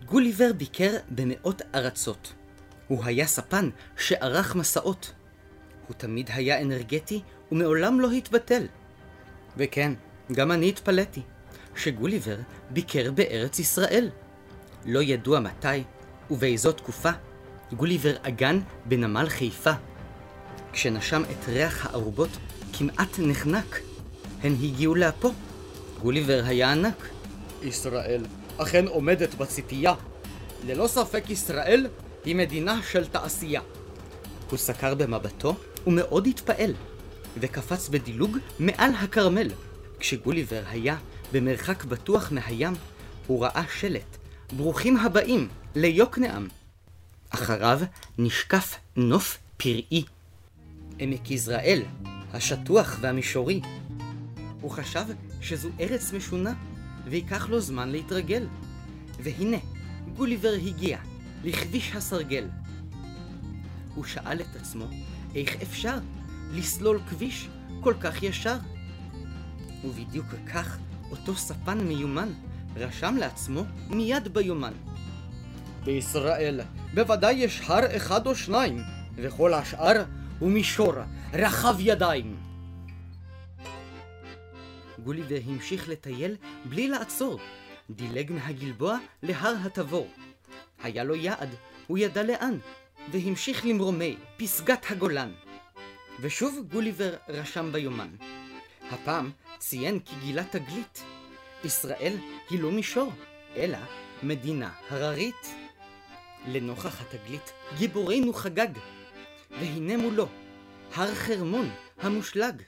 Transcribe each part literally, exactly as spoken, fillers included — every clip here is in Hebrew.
גוליבר ביקר במאות ארצות. הוא היה ספן שערך מסעות. הוא תמיד היה אנרגטי ומעולם לא התבטל. וכן, גם אני התפלאתי, שגוליבר ביקר בארץ ישראל. לא ידוע מתי ובאיזו תקופה, גוליבר אגן בנמל חיפה. כשנשם את ריח הערובות כמעט נחנק. הן הגיעו לאפו. גוליבר היה ענק. ישראל אכן עומדת בציפייה. ללא ספק ישראל היא מדינה של תעשייה. הוא סקר במבטו ומאוד התפעל, וקפץ בדילוג מעל הכרמל. כשגוליבר היה במרחק בטוח מהים, הוא ראה שלט, ברוכים הבאים ליוקנעם. אחריו נשקף נוף פראי. עמק יזרעאל, השטוח והמישורי. הוא חשב שזו ארץ משונה, ויקח לו זמן להתרגל. והנה, גוליבר הגיע לכביש הסרגל. הוא שאל את עצמו, איך אפשר לסלול כביש כל כך ישר? ובדיוק כך, אותו ספן מיומן רשם לעצמו מיד ביומן. בישראל בוודאי יש הר אחד או שניים, וכל השאר הוא מישור רחב ידיים. גוליבר המשיך לטייל בלי לעצור. דילג מהגלבוע להר התבור. היה לו יעד, הוא ידע לאן, והמשיך למרומי פסגת הגולן. ושוב גוליבר רשם ביומן. הפעם ציין כי גילה תגלית. ישראל היא לא מישור, אלא מדינה הררית. לנוכח התגלית גיבורנו חגג, והנה מולו הר חרמון המושלג.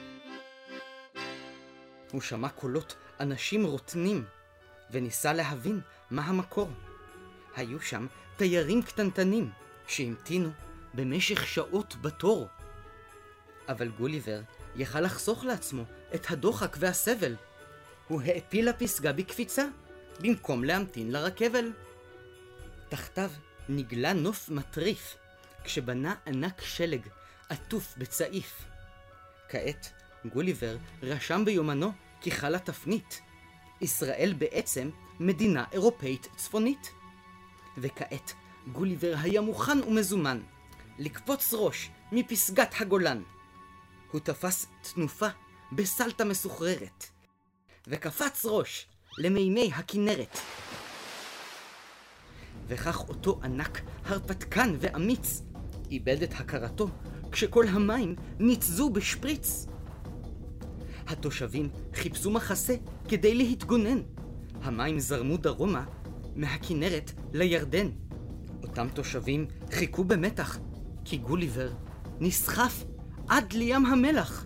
הוא שמע קולות אנשים רוטנים, וניסה להבין מה המקור. היו שם תיירים קטנטנים שהמתינו במשך שעות בתור. אבל גוליבר יכל לחסוך לעצמו את הדוחק והסבל. הוא העפיל לפסגה בקפיצה, במקום להמתין לרכבל. תחתיו נגלה נוף מטריף, כשבנה ענק שלג עטוף בצעיף. כעת גוליבר רשם ביומנו כי חלה תפנית. ישראל בעצם מדינה אירופאית צפונית. וכעת גוליבר היה מוכן ומזומן לקפוץ ראש מפסגת הגולן. הוא תפס תנופה בסלטה מסוחררת, וקפץ ראש למימי הכנרת. וכך אותו ענק הרפתקן ואמיץ איבד את הכרתו כשכל המים ניצזו בשפריץ. התושבים חיפשו מחסה כדי להתגונן. המים זרמו דרומה מהכנרת לירדן. אותם תושבים חיכו במתח, כי גוליבר נסחף עד לים המלח.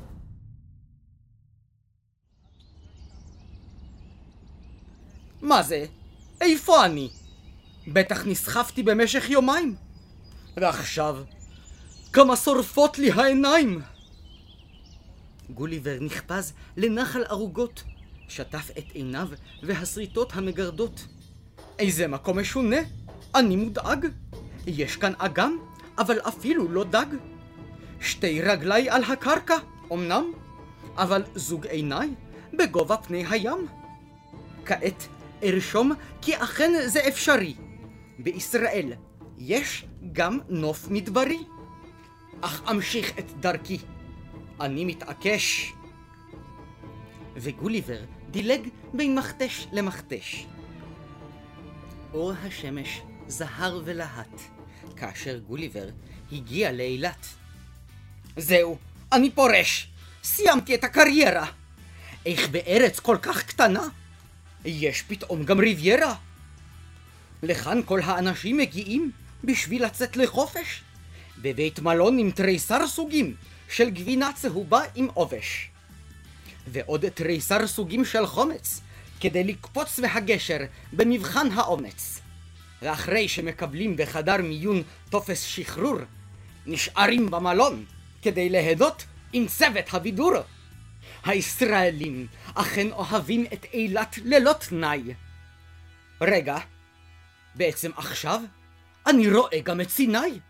מה זה? איפה אני? בטח נסחפתי במשך יומיים. ועכשיו, כמה שורפות לי העיניים. גוליבר נחפז לנחל ערוגות, שטף את עיניו והסריטות המגרדות. איזה מקום משונה, אני מודאג. יש כאן אגם, אבל אפילו לא דג. שתי רגלי על הקרקע, אמנם, אבל זוג עיניי בגובה פני הים. כעת ארשום כי אכן זה אפשרי. בישראל יש גם נוף מדברי. אך אמשיך את דרכי. אני מתעקש. וגוליבר דילג בין מכתש למכתש. אור השמש זהר ולהט, כאשר גוליבר הגיע לאילת. זהו, אני פורש. סיימתי את הקריירה. איך בארץ כל כך קטנה יש פתאום גם ריביירה? לכאן כל האנשים מגיעים בשביל לצאת לחופש, בבית מלון עם תריסר סוגים של גבינה צהובה עם עובש, ועוד תריסר סוגים של חומץ כדי לקפוץ מהגשר במבחן האומץ. ואחרי שמקבלים בחדר מיון טופס שחרור, נשארים במלון כדי להדות עם צוות הבידור. הישראלים אכן אוהבים את אילת ללא תנאי. רגע, בעצם עכשיו אני רואה גם את סיני.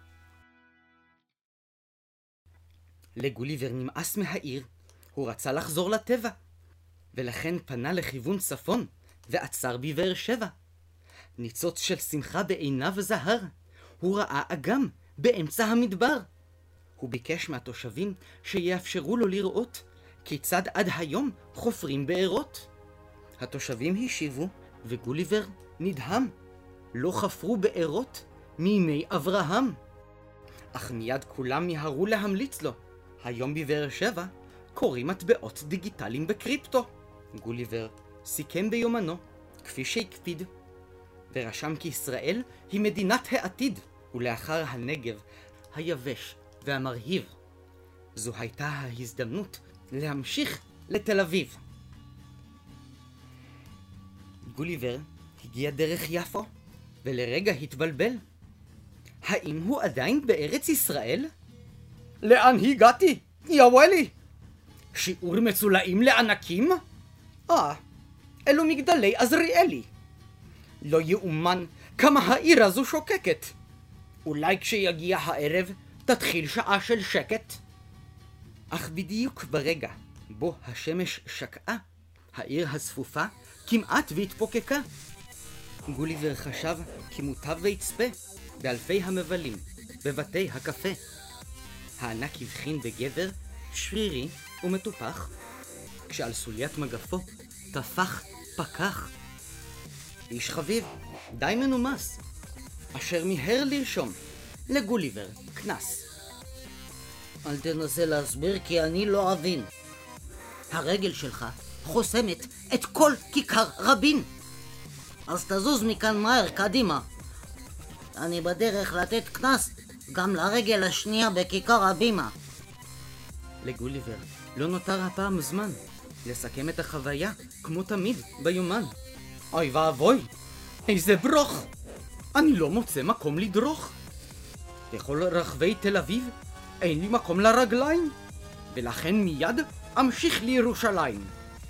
לגוליבר נמאס מהעיר, הוא רצה לחזור לטבע, ולכן פנה לכיוון צפון ועצר בבאר שבע. ניצוץ של שמחה בעיניו זהר. הוא ראה אגם באמצע המדבר. הוא ביקש מהתושבים שיאפשרו לו לראות כיצד עד היום חופרים בארות. התושבים השיבו, וגוליבר נדהם. לא חפרו בארות מימי אברהם. אך מיד כולם מיהרו להמליץ לו. היום בבאר שבע קוראים מטבעות דיגיטליים בקריפטו. גוליבר סיכם ביומנו, כפי שהקפיד, ורשם כי ישראל היא מדינת העתיד, ולאחר הנגב היבש והמרהיב. זו הייתה ההזדמנות להמשיך לתל אביב. גוליבר הגיע דרך יפו, ולרגע התבלבל. האם הוא עדיין בארץ ישראל? לאן הגעתי? יא וואלי! שיעור מצולעים לענקים? אה, אלו מגדלי עזריאלי. לא יאומן כמה העיר הזו שוקקת. אולי כשיגיע הערב תתחיל שעה של שקט? אך בדיוק ברגע בו השמש שקעה, העיר הצפופה כמעט והתפוקקה. גוליבר חשב כי מוטב ויצפה באלפי המבלים, בבתי הקפה. הענק הבחין בגבר שרירי ומטופח, כשעל סוליית מגפו טפח פקח. איש חביב, די מנומס, אשר מיהר לרשום לגוליבר כנס. אל תנסה להסביר כי אני לא אבין. הרגל שלך חוסמת את כל כיכר רבין. אז תזוז מכאן מהר קדימה. אני בדרך לתת כנס גם לרגל השנייה בכיכר הבימה. לגוליבר לא נותר הפעם זמן לסכם את החוויה כמו תמיד ביומן. אוי ואבוי, איזה ברוך! אני לא מוצא מקום לדרוך. בכל רחבי תל אביב אין לי מקום לרגליים, ולכן מיד אמשיך לירושלים.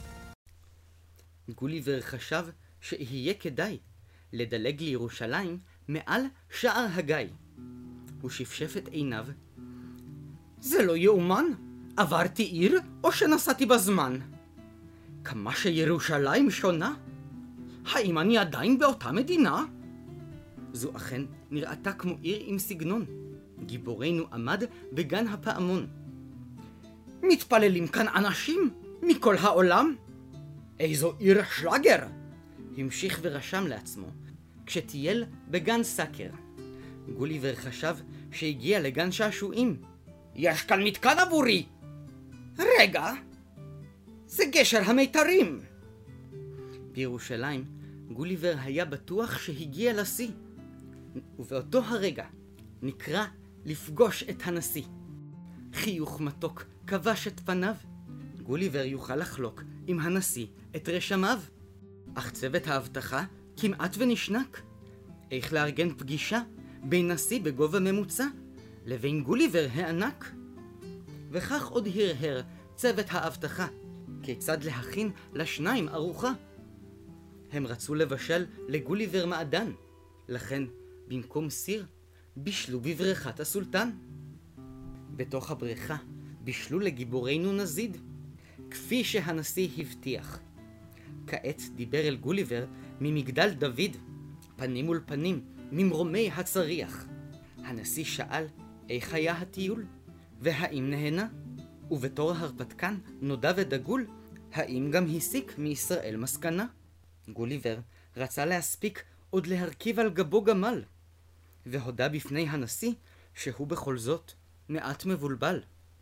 גוליבר חשב שיהיה כדאי לדלג לירושלים מעל שער הגיא. הוא שפשף את עיניו. זה לא יאומן, עברתי עיר או שנסעתי בזמן? כמה שירושלים שונה? האם אני עדיין באותה מדינה? זו אכן נראתה כמו עיר עם סגנון. גיבורנו עמד בגן הפעמון. מתפללים כאן אנשים מכל העולם? איזו עיר שלאגר! המשיך ורשם לעצמו, כשטייל בגן סאקר. גוליבר חשב שהגיע לגן שעשועים. יש כאן מתקן עבורי! רגע, זה גשר המיתרים! בירושלים גוליבר היה בטוח שהגיע לשיא, ובאותו הרגע נקרא לפגוש את הנשיא. חיוך מתוק כבש את פניו. גוליבר יוכל לחלוק עם הנשיא את רשמיו. אך צוות האבטחה כמעט ונשנק. איך לארגן פגישה בין נשיא בגובה ממוצע לבין גוליבר הענק? וכך עוד הרהר צוות האבטחה כיצד להכין לשניים ארוחה. הם רצו לבשל לגוליבר מעדן, לכן במקום סיר בישלו בבריכת הסולטן. בתוך הבריכה בישלו לגיבורנו נזיד, כפי שהנשיא הבטיח. כעת דיבר אל גוליבר ממגדל דוד, פנים מול פנים, ממרומי הצריח. הנשיא שאל איך היה הטיול, והאם נהנה, ובתור הרפתקן נודע ודגול, האם גם הסיק מישראל מסקנה. גוליבר רצה להספיק עוד להרכיב על גבו גמל, והודה בפני הנשיא שהוא בכל זאת מעט מבולבל.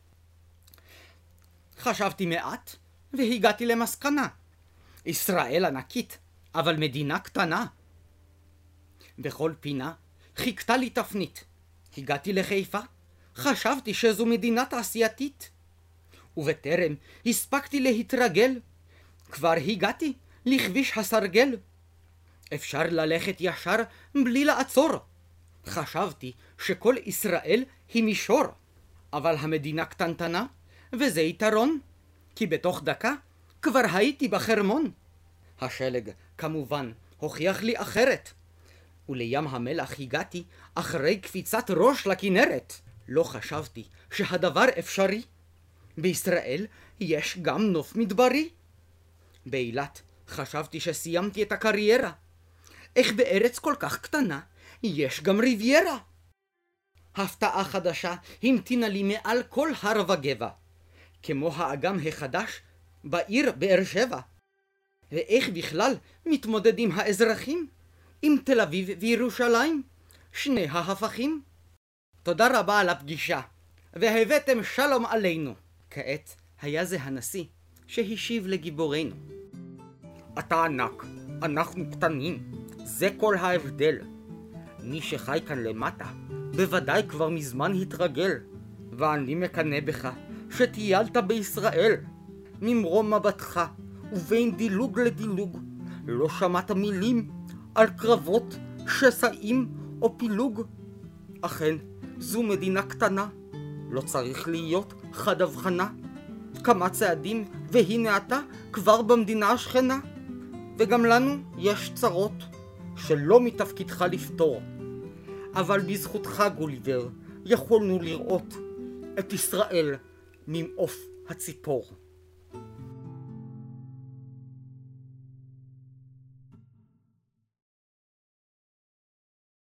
חשבתי מעט והגעתי למסקנה. ישראל ענקית, אבל מדינה קטנה. בכל פינה חיכתה לי תפנית. הגעתי לחיפה, חשבתי שזו מדינה תעשייתית. ובטרם הספקתי להתרגל, כבר הגעתי לכביש הסרגל. אפשר ללכת ישר בלי לעצור. חשבתי שכל ישראל היא מישור, אבל המדינה קטנטנה, וזה יתרון, כי בתוך דקה כבר הייתי בחרמון. השלג כמובן הוכיח לי אחרת, ולים המלח הגעתי אחרי קפיצת ראש לכנרת. לא חשבתי שהדבר אפשרי. בישראל יש גם נוף מדברי. באילת חשבתי שסיימתי את הקריירה. איך בארץ כל כך קטנה יש גם ריביירה? הפתעה חדשה המתינה לי מעל כל הר וגבע, כמו האגם החדש בעיר באר שבע. ואיך בכלל מתמודדים האזרחים עם תל אביב וירושלים, שני ההפכים? תודה רבה על הפגישה, והבאתם שלום עלינו. כעת היה זה הנשיא שהשיב לגיבורנו. אתה ענק, אנחנו קטנים, זה כל ההבדל. מי שחי כאן למטה בוודאי כבר מזמן התרגל, ואני מקנא בך שטיילת בישראל. ממרום מבטך ובין דילוג לדילוג לא שמעת מילים על קרבות, שסעים או פילוג. אכן, זו מדינה קטנה, לא צריך להיות חד הבחנה. כמה צעדים והנה אתה כבר במדינה השכנה, וגם לנו יש צרות שלא מתפקידך לפתור. אבל בזכותך גוליבר יכולנו לראות את ישראל ממעוף הציפור.